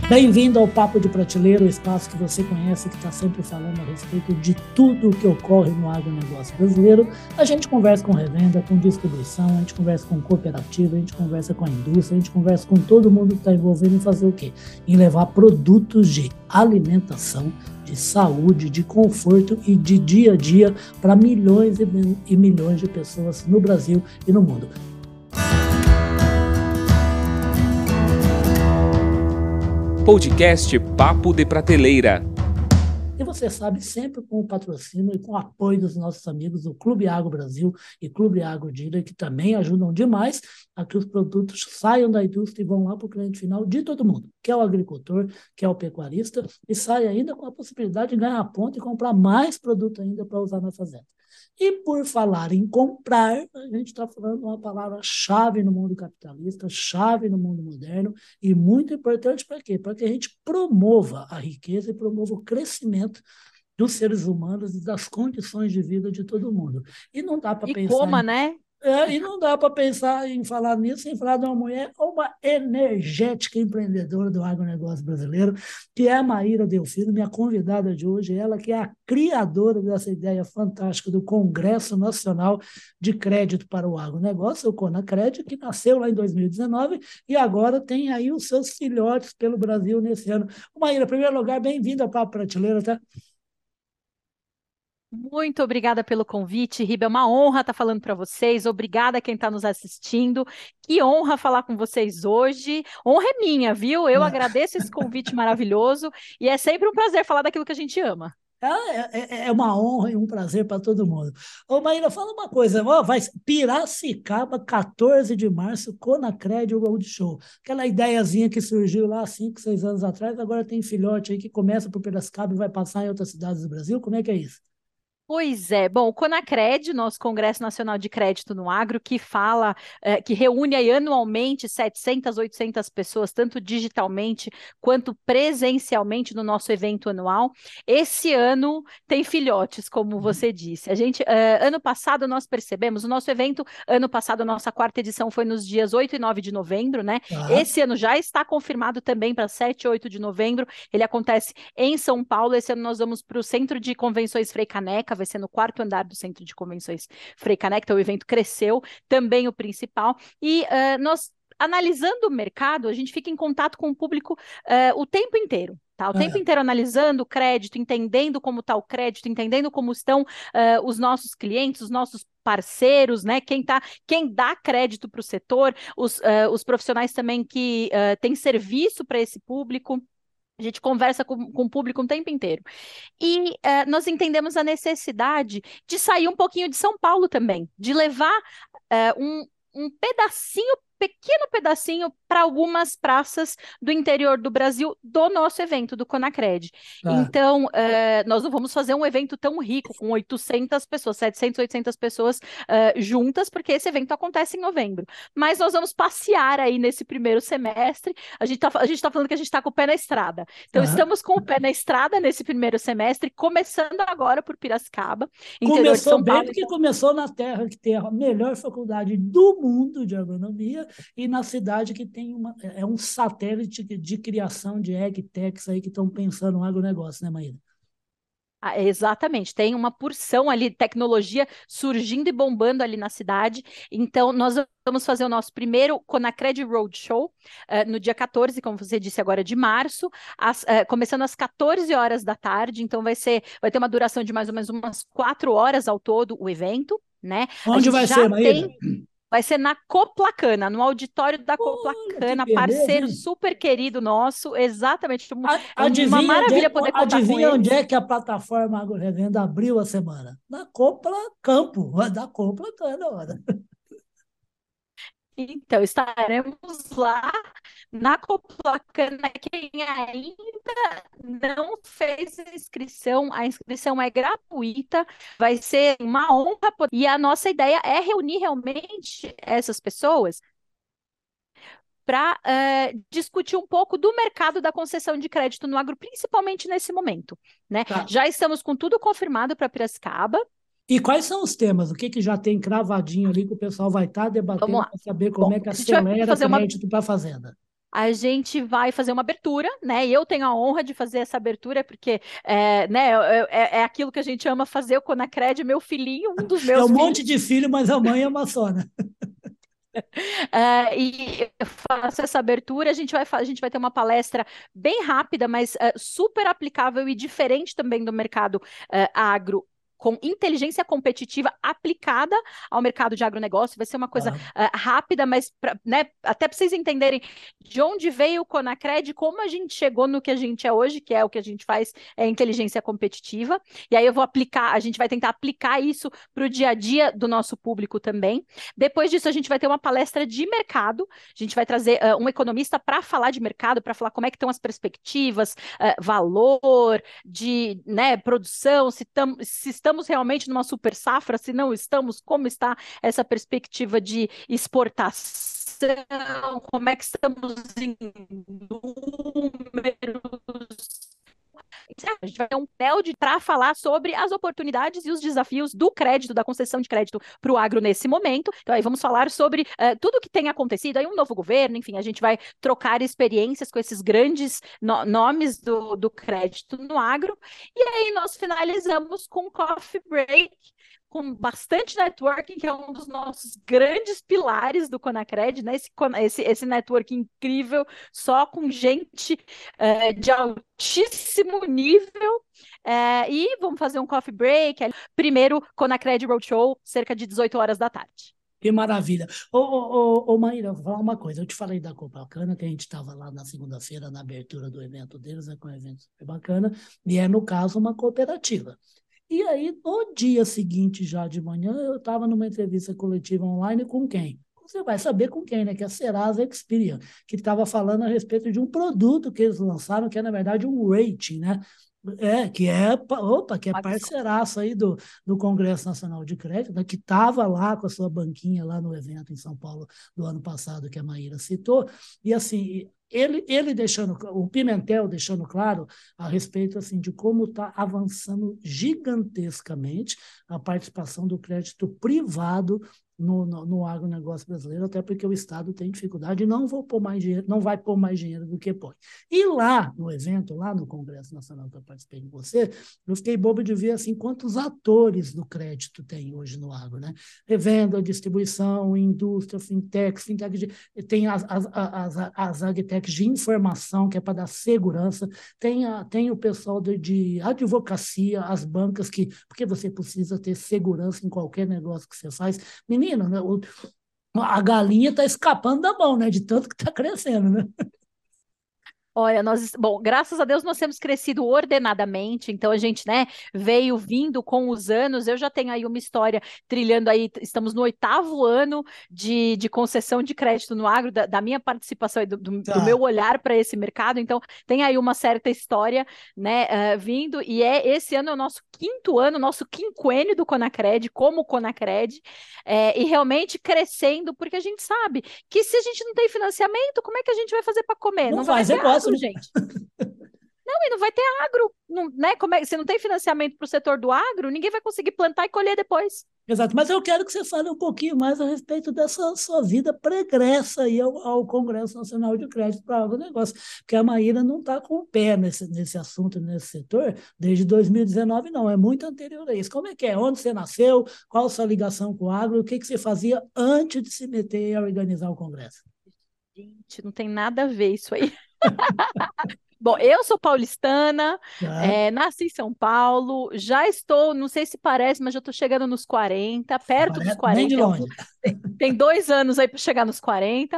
Bem-vindo ao Papo de Prateleira, o espaço que você conhece, que está sempre falando a respeito de tudo o que ocorre no agronegócio brasileiro. A gente conversa com revenda, com distribuição, a gente conversa com cooperativa, a gente conversa com a indústria, a gente conversa com todo mundo que está envolvido em fazer o quê? Em levar produtos de alimentação, de saúde, de conforto e de dia a dia para milhões e milhões de pessoas no Brasil e no mundo. Podcast Papo de Prateleira. E você sabe, sempre com o patrocínio e com o apoio dos nossos amigos do Clube Agro Brasil e Clube Agro Dealer, que também ajudam demais a que os produtos saiam da indústria e vão lá para o cliente final de todo mundo, que é o agricultor, que é o pecuarista, e sai ainda com a possibilidade de ganhar ponto e comprar mais produto ainda para usar na fazenda. E por falar em comprar, a gente está falando uma palavra-chave no mundo capitalista, chave no mundo moderno, e muito importante para quê? Para que a gente promova a riqueza e promova o crescimento dos seres humanos e das condições de vida de todo mundo. E não dá para pensar coma, né? E não dá para pensar em falar nisso sem falar de uma mulher, uma energética empreendedora do agronegócio brasileiro, que é a Maíra Delfino, minha convidada de hoje, ela que é a criadora dessa ideia fantástica do Congresso Nacional de Crédito para o Agronegócio, o CONACRED, que nasceu lá em 2019 e agora tem aí os seus filhotes pelo Brasil nesse ano. Maíra, em primeiro lugar, bem-vinda para a Prateleira, tá? Muito obrigada pelo convite, Riba. É uma honra estar falando para vocês. Obrigada a quem está nos assistindo. Que honra falar com vocês hoje. Honra é minha, viu? Eu agradeço esse convite maravilhoso e é sempre um prazer falar daquilo que a gente ama. É uma honra e um prazer para todo mundo. Ô, Maíra, fala uma coisa. Ó, vai Piracicaba, 14 de março, Conacred Roadshow. Aquela ideiazinha que surgiu lá 5, 6 anos atrás, agora tem filhote aí que começa por Piracicaba e vai passar em outras cidades do Brasil. Como é que é isso? Pois é. Bom, o CONACRED, nosso Congresso Nacional de Crédito no Agro, que fala, que reúne aí anualmente 700, 800 pessoas, tanto digitalmente quanto presencialmente no nosso evento anual. Esse ano tem filhotes, como você disse. A gente, ano passado nós percebemos, o nosso evento, ano passado, a nossa quarta edição foi nos dias 8 e 9 de novembro, né? Esse ano já está confirmado também para 7 e 8 de novembro. Ele acontece em São Paulo. Esse ano nós vamos para o Centro de Convenções Frei Caneca, vai ser no 4º andar do Centro de Convenções Frei Caneca, então o evento cresceu, também o principal, e nós, analisando o mercado, a gente fica em contato com o público o tempo inteiro. Tá, o tempo inteiro analisando o crédito, entendendo como está o crédito, entendendo como estão os nossos clientes, os nossos parceiros, né? Quem dá crédito para o setor, os profissionais também que têm serviço para esse público. A gente conversa com o público o tempo inteiro. E nós entendemos a necessidade de sair um pouquinho de São Paulo também, de levar um pequeno pedacinho para algumas praças do interior do Brasil do nosso evento, do CONACRED. Então, nós não vamos fazer um evento tão rico, com 800 pessoas, 700, 800 pessoas juntas, porque esse evento acontece em novembro. Mas nós vamos passear aí nesse primeiro semestre. A gente tá falando que a gente está com o pé na estrada. Então, estamos com o pé na estrada nesse primeiro semestre, começando agora por Piracicaba, interior de São Paulo. Começou bem porque começou na terra que tem a melhor faculdade do mundo de agronomia e na cidade que tem um satélite de criação de agtechs aí que estão pensando no agronegócio, né, Maíra? Exatamente, tem uma porção ali de tecnologia surgindo e bombando ali na cidade. Então, nós vamos fazer o nosso primeiro CONACRED Roadshow no dia 14, como você disse agora, de março, começando às 14 horas da tarde. Então, vai ter uma duração de mais ou menos umas 4 horas ao todo o evento, né? Onde vai ser, Maíra? Vai ser na Coplacana, no auditório da Coplacana, parceiro super querido nosso, exatamente. Uma maravilha poder contar com eles. Adivinha onde é que a plataforma Agro Revenda abriu a semana? Na Copla Campo, da Coplacana, olha. Então, estaremos lá na Coplacana. Quem ainda não fez inscrição, a inscrição é gratuita, vai ser uma honra. E a nossa ideia é reunir realmente essas pessoas para discutir um pouco do mercado da concessão de crédito no agro, principalmente nesse momento, né? Já estamos com tudo confirmado para Piracicaba. E quais são os temas? O que já tem cravadinho ali que o pessoal vai estar debatendo para saber como é que acelera crédito para a fazenda? a gente vai fazer uma abertura, né? E eu tenho a honra de fazer essa abertura, porque né, é aquilo que a gente ama fazer, o Conacred, meu filhinho, um dos É meus um filhos. monte de filho, mas a mãe é uma só, né? E eu faço essa abertura, a gente vai ter uma palestra bem rápida, mas super aplicável e diferente também do mercado agro, com inteligência competitiva aplicada ao mercado de agronegócio. Vai ser uma coisa rápida, mas né, até para vocês entenderem de onde veio o Conacred, como a gente chegou no que a gente é hoje, que é o que a gente faz, é inteligência competitiva. E aí eu vou aplicar, a gente vai tentar aplicar isso para o dia a dia do nosso público também. Depois disso, a gente vai ter uma palestra de mercado. A gente vai trazer um economista para falar de mercado, para falar como é que estão as perspectivas, valor de né, produção, se estamos realmente numa super safra, se não estamos, como está essa perspectiva de exportação, como é que estamos em números. A gente vai ter um painel para falar sobre as oportunidades e os desafios do crédito, da concessão de crédito para o agro nesse momento. Então, aí vamos falar sobre tudo que tem acontecido, aí um novo governo, enfim, a gente vai trocar experiências com esses grandes nomes do crédito no agro. E aí nós finalizamos com um coffee break, com bastante networking, que é um dos nossos grandes pilares do Conacred, né? Esse networking incrível, só com gente de altíssimo nível. E vamos fazer um coffee break. Primeiro, Conacred Roadshow, cerca de 18 horas da tarde. Que maravilha. Ô, Maíra, vou falar uma coisa. Eu te falei da Copacabana, que a gente estava lá na segunda-feira, na abertura do evento deles, né, com um evento super bacana, e é, no caso, uma cooperativa. E aí, no dia seguinte, já de manhã, eu estava numa entrevista coletiva online com quem? Você vai saber com quem, né? Que é a Serasa Experian, que estava falando a respeito de um produto que eles lançaram, que é, na verdade, um rating, né? Que é parceiraço aí do Congresso Nacional de Crédito, né, que estava lá com a sua banquinha lá no evento em São Paulo do ano passado, que a Maíra citou, e assim, ele deixando, o Pimentel deixando claro a respeito assim, de como está avançando gigantescamente a participação do crédito privado no agronegócio brasileiro, até porque o Estado tem dificuldade e não vai pôr mais dinheiro do que põe. E lá no evento, lá no Congresso Nacional que eu participei com você, eu fiquei bobo de ver assim, quantos atores do crédito tem hoje no agro, né? Revenda, distribuição, indústria, fintech tem as agtechs de informação, que é para dar segurança, tem o pessoal de advocacia, as bancas, porque você precisa ter segurança em qualquer negócio que você faz. Menino, né? A galinha está escapando da mão, né? De tanto que está crescendo, né? Olha, bom, graças a Deus nós temos crescido ordenadamente, então a gente, né, veio vindo com os anos. Eu já tenho aí uma história trilhando aí, estamos no 8º ano de concessão de crédito no agro, da minha participação e do meu olhar para esse mercado, então tem aí uma certa história, né, vindo, e esse ano é o nosso 5º ano, nosso quinquênio do Conacred, como Conacred, e realmente crescendo, porque a gente sabe que se a gente não tem financiamento, como é que a gente vai fazer para comer? Não vai ter agro, gente. Não, e não vai ter agro, não, né? Se não tem financiamento para o setor do agro, ninguém vai conseguir plantar e colher depois. Exato, mas eu quero que você fale um pouquinho mais a respeito dessa sua vida pregressa aí ao Congresso Nacional de Crédito para o agronegócio, porque a Maíra não está com o pé nesse assunto, nesse setor, desde 2019, não, é muito anterior a isso. Como é que é? Onde você nasceu? Qual a sua ligação com o agro? O que você fazia antes de se meter a organizar o Congresso? Gente, não tem nada a ver isso aí. Bom, eu sou paulistana, nasci em São Paulo, já estou, não sei se parece, mas já estou chegando nos 40, perto dos 40. Nem de longe. Tem 2 anos aí para chegar nos 40,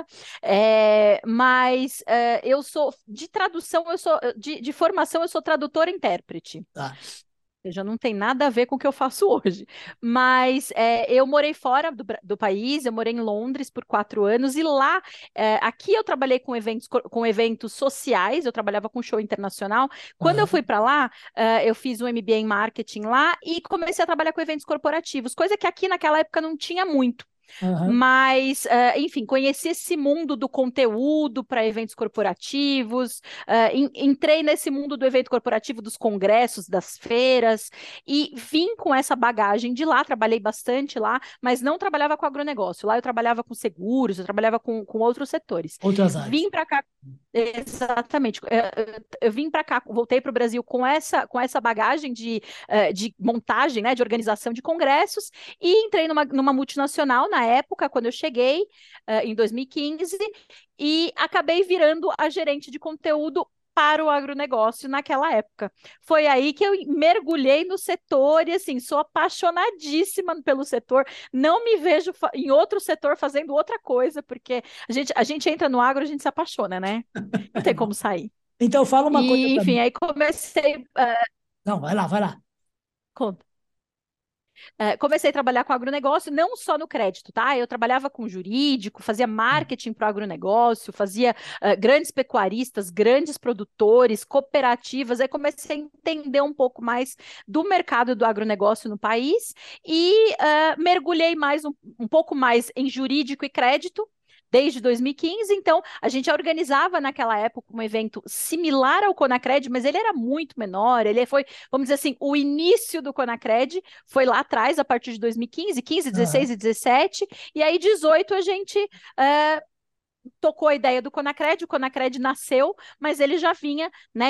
mas eu sou de tradução, eu sou de formação, eu sou tradutora e intérprete. Tá. Já não tem nada a ver com o que eu faço hoje. Mas eu morei fora do país, eu morei em Londres por 4 anos, e lá, aqui eu trabalhei com eventos sociais, eu trabalhava com show internacional. Quando eu fui para lá, eu fiz um MBA em marketing lá e comecei a trabalhar com eventos corporativos, coisa que aqui naquela época não tinha muito. Aham. Mas, enfim, conheci esse mundo do conteúdo para eventos corporativos, entrei nesse mundo do evento corporativo, dos congressos, das feiras, e vim com essa bagagem de lá, trabalhei bastante lá, mas não trabalhava com agronegócio. Lá eu trabalhava com seguros, eu trabalhava com outros setores. Outras áreas. Vim para cá. Exatamente. Eu vim para cá, voltei para o Brasil com essa bagagem de montagem, né, de organização de congressos, e entrei numa multinacional na época, quando eu cheguei, em 2015, e acabei virando a gerente de conteúdo para o agronegócio naquela época. Foi aí que eu mergulhei no setor e, assim, sou apaixonadíssima pelo setor. Não me vejo em outro setor fazendo outra coisa, porque a gente entra no agro, a gente se apaixona, né? Não tem como sair. Então, fala uma coisa E, para enfim, mim. aí comecei. Não, vai lá, vai lá. Comecei a trabalhar com agronegócio, não só no crédito, tá? Eu trabalhava com jurídico, fazia marketing para o agronegócio, fazia grandes pecuaristas, grandes produtores, cooperativas. Aí comecei a entender um pouco mais do mercado do agronegócio no país e mergulhei um pouco mais em jurídico e crédito. Desde 2015, então a gente organizava naquela época um evento similar ao Conacred, mas ele era muito menor. Ele foi, vamos dizer assim, o início do Conacred foi lá atrás, a partir de 2015, 15, 16 Aham. e 17, e aí 18 a gente tocou a ideia do Conacred. O Conacred nasceu, mas ele já vinha, né,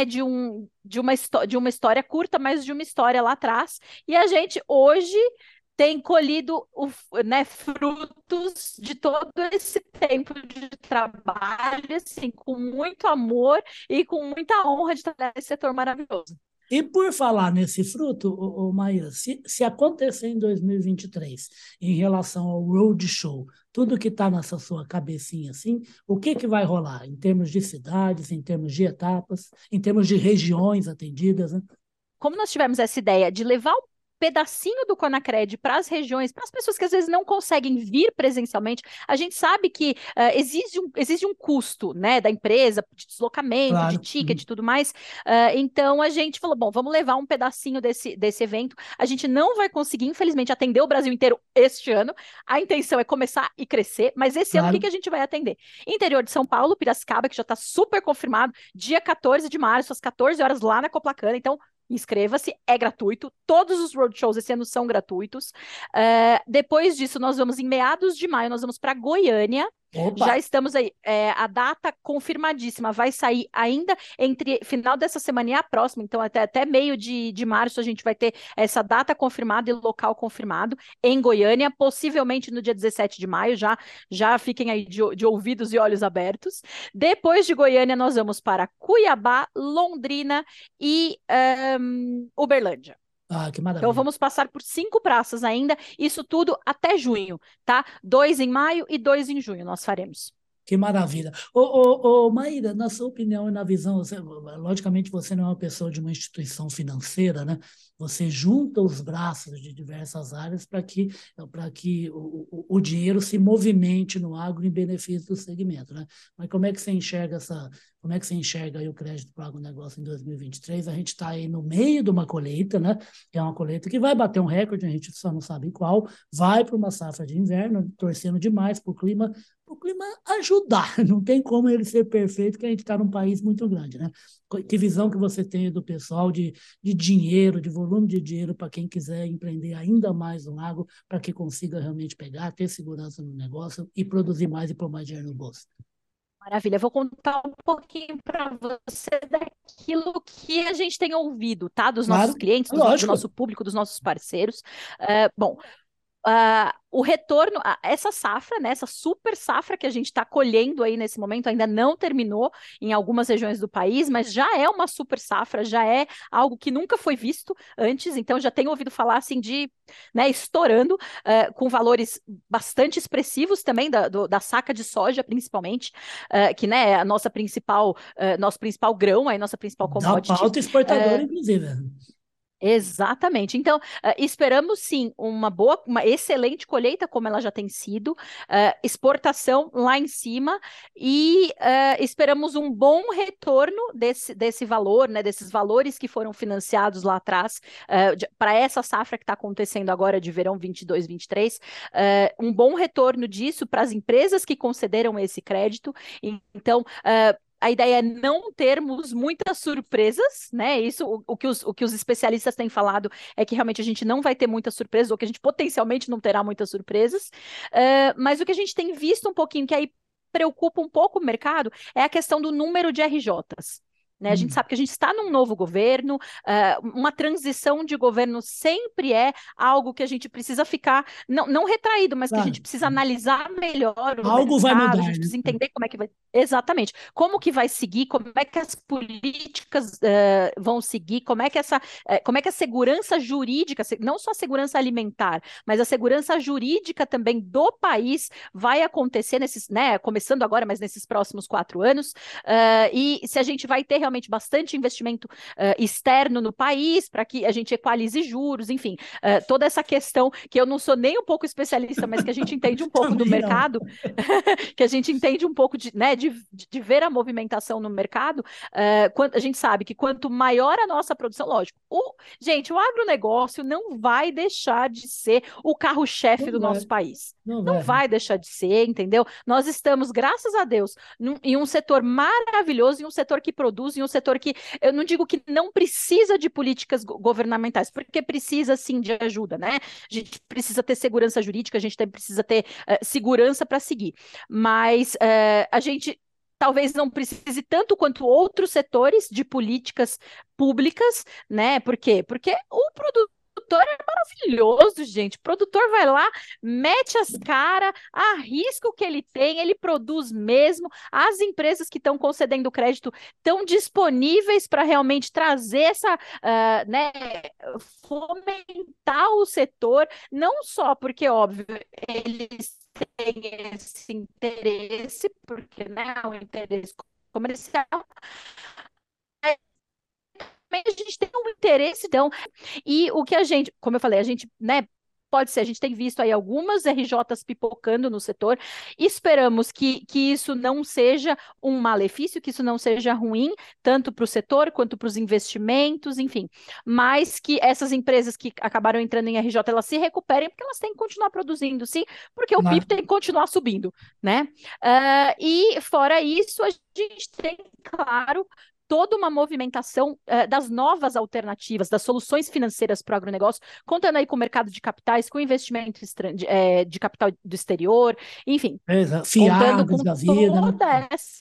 de uma história curta, mas de uma história lá atrás. E a gente hoje tem colhido, né, frutos de todo esse tempo de trabalho, assim, com muito amor e com muita honra de trabalhar nesse setor maravilhoso. E por falar nesse fruto, Maíra, se acontecer em 2023, em relação ao roadshow, tudo que está nessa sua cabecinha assim, o que que vai rolar em termos de cidades, em termos de etapas, em termos de regiões atendidas, né? Como nós tivemos essa ideia de levar um pedacinho do Conacred para as regiões, para as pessoas que às vezes não conseguem vir presencialmente, a gente sabe que existe um custo, né, da empresa, de deslocamento, de Claro. ticket e tudo mais. Então a gente falou, bom, vamos levar um pedacinho desse evento. A gente não vai conseguir, infelizmente, atender o Brasil inteiro este ano. A intenção é começar e crescer, mas esse ano o que Claro. que a gente vai atender? Interior de São Paulo, Piracicaba, que já está super confirmado, dia 14 de março, às 14 horas, lá na Coplacana. Então, inscreva-se, é gratuito. Todos os roadshows esse ano são gratuitos. Depois disso, nós vamos, em meados de maio, nós vamos para Goiânia. Opa! Já estamos aí. A data confirmadíssima vai sair ainda entre final dessa semana e a próxima. Então, até meio de março, a gente vai ter essa data confirmada e local confirmado em Goiânia, possivelmente no dia 17 de maio. Já fiquem aí de ouvidos e olhos abertos. Depois de Goiânia, nós vamos para Cuiabá, Londrina e Uberlândia. Ah, que Então, maravilha. vamos passar por 5 praças ainda, isso tudo até junho, tá? 2 em maio e 2 em junho nós faremos. Que maravilha. Maíra, na sua opinião e na visão, logicamente você não é uma pessoa de uma instituição financeira, né? Você junta os braços de diversas áreas para que o dinheiro se movimente no agro em benefício do segmento, né? Mas como é que você enxerga aí o crédito para o agronegócio em 2023? A gente está aí no meio de uma colheita, né? Que é uma colheita que vai bater um recorde, a gente só não sabe qual, vai para uma safra de inverno, torcendo demais para o clima ajudar. Não tem como ele ser perfeito, que a gente está num país muito grande, né? Que visão que você tem do pessoal de dinheiro, de volume de dinheiro para quem quiser empreender ainda mais no agro, para que consiga realmente pegar, ter segurança no negócio e produzir mais e pôr mais dinheiro no bolso? Maravilha, eu vou contar um pouquinho para você daquilo que a gente tem ouvido, tá? Dos nossos Claro, clientes, do lógico. nosso público, dos nossos parceiros. Bom, o retorno, essa safra, né, essa super safra que a gente está colhendo aí nesse momento, ainda não terminou em algumas regiões do país, mas já é uma super safra, já é algo que nunca foi visto antes, então já tenho ouvido falar assim de, né, estourando, com valores bastante expressivos também da saca de soja, principalmente, que, né, é a nosso principal grão, aí nossa principal Da commodity. pauta exportadora, inclusive. Exatamente. Então, esperamos sim uma excelente colheita, como ela já tem sido, exportação lá em cima, e esperamos um bom retorno desse valor, né, desses valores que foram financiados lá atrás, para essa safra que está acontecendo agora de verão 22, 23, um bom retorno disso para as empresas que concederam esse crédito. Então, a ideia é não termos muitas surpresas, né? Isso, o que os especialistas têm falado é que realmente a gente não vai ter muitas surpresas, ou que a gente potencialmente não terá muitas surpresas. Mas o que a gente tem visto um pouquinho, que aí preocupa um pouco o mercado, é a questão do número de RJs. Né? A gente sabe que a gente está num novo governo, uma transição de governo sempre é algo que a gente precisa ficar, não retraído, mas que a Claro, gente precisa analisar melhor o algo vai mercado, a mudar, gente né? precisa entender como é que vai. Exatamente. Como que vai seguir, como é que as políticas vão seguir, como é que a segurança jurídica, não só a segurança alimentar, mas a segurança jurídica também do país vai acontecer nesses, né, começando agora, mas nesses próximos 4 anos, e se a gente vai ter realmente bastante investimento externo no país para que a gente equalize juros, enfim, toda essa questão que eu não sou nem um pouco especialista, mas que a gente entende um pouco do Também não. mercado, que a gente entende um pouco de ver a movimentação no mercado, a gente sabe que quanto maior a nossa produção, lógico, gente, o agronegócio não vai deixar de ser o carro-chefe Não do vai, nosso país. não Não vai. vai deixar de ser, entendeu? Nós estamos, graças a Deus, em um setor maravilhoso, em um setor que produz, em um setor que eu não digo que não precisa de políticas governamentais, porque precisa sim de ajuda, né? A gente precisa ter segurança jurídica, a gente precisa ter segurança para seguir. Mas a gente talvez não precise tanto quanto outros setores de políticas públicas, né? Por quê? Porque o produtor é maravilhoso, gente. O produtor vai lá, mete as caras, arrisca o que ele tem, ele produz mesmo. As empresas que estão concedendo crédito estão disponíveis para realmente trazer né, fomentar o setor, não só porque, óbvio, eles têm esse interesse, porque, né, o interesse comercial, mas a gente tem um interesse, então, e o que a gente, como eu falei, a gente, né, pode ser, a gente tem visto aí algumas RJs pipocando no setor, esperamos que isso não seja um malefício, que isso não seja ruim, tanto para o setor quanto para os investimentos, enfim, mas que essas empresas que acabaram entrando em RJ, elas se recuperem, porque elas têm que continuar produzindo, sim, porque o PIB tem que continuar subindo, né? E fora isso, a gente tem, claro, toda uma movimentação das novas alternativas, das soluções financeiras para o agronegócio, contando aí com o mercado de capitais, com investimento de capital do exterior, enfim, contando Fiagos com da vida, né? toda essa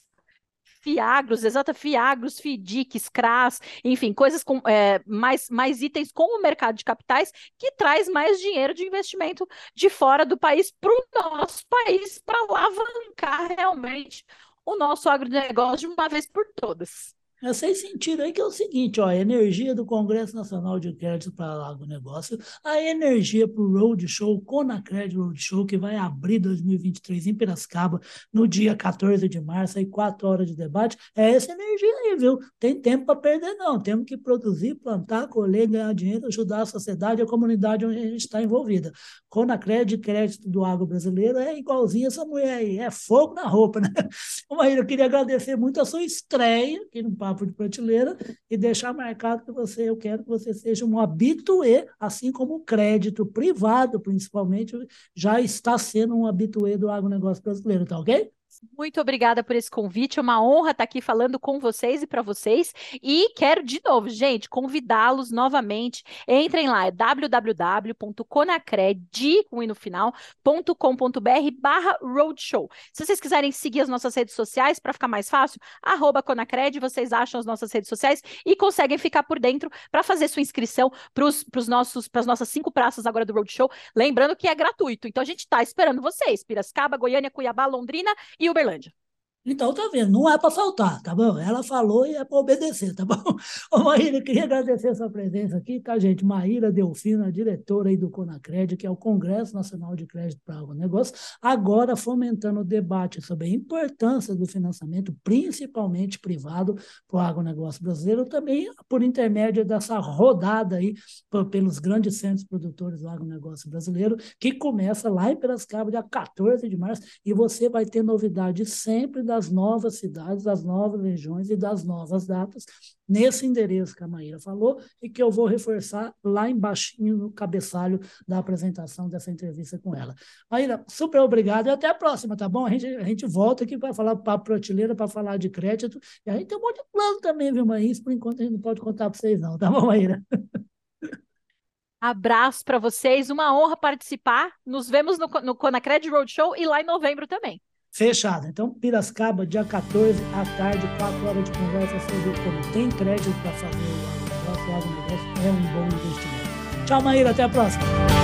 Fiagros, FDICs, CRAs, enfim, coisas com mais itens com o mercado de capitais que traz mais dinheiro de investimento de fora do país para o nosso país, para alavancar realmente o nosso agronegócio de uma vez por todas. Vocês sentiram aí que é o seguinte, ó, a energia do Congresso Nacional de Crédito para o Agronegócio, a energia para o Roadshow, Conacred Roadshow, que vai abrir 2023 em Piracicaba, no dia 14 de março, aí 4 horas de debate, é essa energia aí, viu? Tem tempo para perder, não. Temos que produzir, plantar, colher, ganhar dinheiro, ajudar a sociedade e a comunidade onde a gente está envolvida. Conacred, crédito do agro brasileiro, é igualzinho essa mulher aí, é fogo na roupa, né? Maíra, eu queria agradecer muito a sua estreia aqui no Papo de Prateleira e deixar marcado que eu quero que você seja um habituê, assim como o crédito privado, principalmente, já está sendo um habituê do agronegócio brasileiro, tá ok? Muito obrigada por esse convite. É uma honra estar aqui falando com vocês e para vocês. E quero, de novo, gente, convidá-los novamente. Entrem lá, é www.conacred, com i no final, .com.br/roadshow. Se vocês quiserem seguir as nossas redes sociais, para ficar mais fácil, @Conacred, vocês acham as nossas redes sociais e conseguem ficar por dentro para fazer sua inscrição para as nossas 5 praças agora do Roadshow. Lembrando que é gratuito. Então, a gente está esperando vocês. Piracicaba, Goiânia, Cuiabá, Londrina e Uberlândia. Então, tá vendo? Não é para faltar, tá bom? Ela falou e é para obedecer, tá bom? Ô, Maíra, queria agradecer a sua presença aqui, tá, gente? Maíra Delfina, diretora aí do Conacred, que é o Congresso Nacional de Crédito para Agronegócio, agora fomentando o debate sobre a importância do financiamento, principalmente privado, para o agronegócio brasileiro, também por intermédio dessa rodada aí pelos grandes centros produtores do agronegócio brasileiro, que começa lá em Piracicaba, dia 14 de março, e você vai ter novidades sempre das novas cidades, das novas regiões e das novas datas, nesse endereço que a Maíra falou e que eu vou reforçar lá embaixo no cabeçalho da apresentação dessa entrevista com ela. Maíra, super obrigado e até a próxima, tá bom? A gente volta aqui para falar para a prateleira, para falar de crédito, e a gente tem um monte de plano também, viu, Maíra? Isso por enquanto a gente não pode contar para vocês não, tá bom, Maíra? Abraço para vocês, uma honra participar. Nos vemos no Conacred Roadshow e lá em novembro também. Fechado. Então, Piracicaba, dia 14 à tarde, 4 horas de conversa sobre como tem crédito para fazer o agronegócio é um bom investimento. Tchau, Maíra. Até a próxima.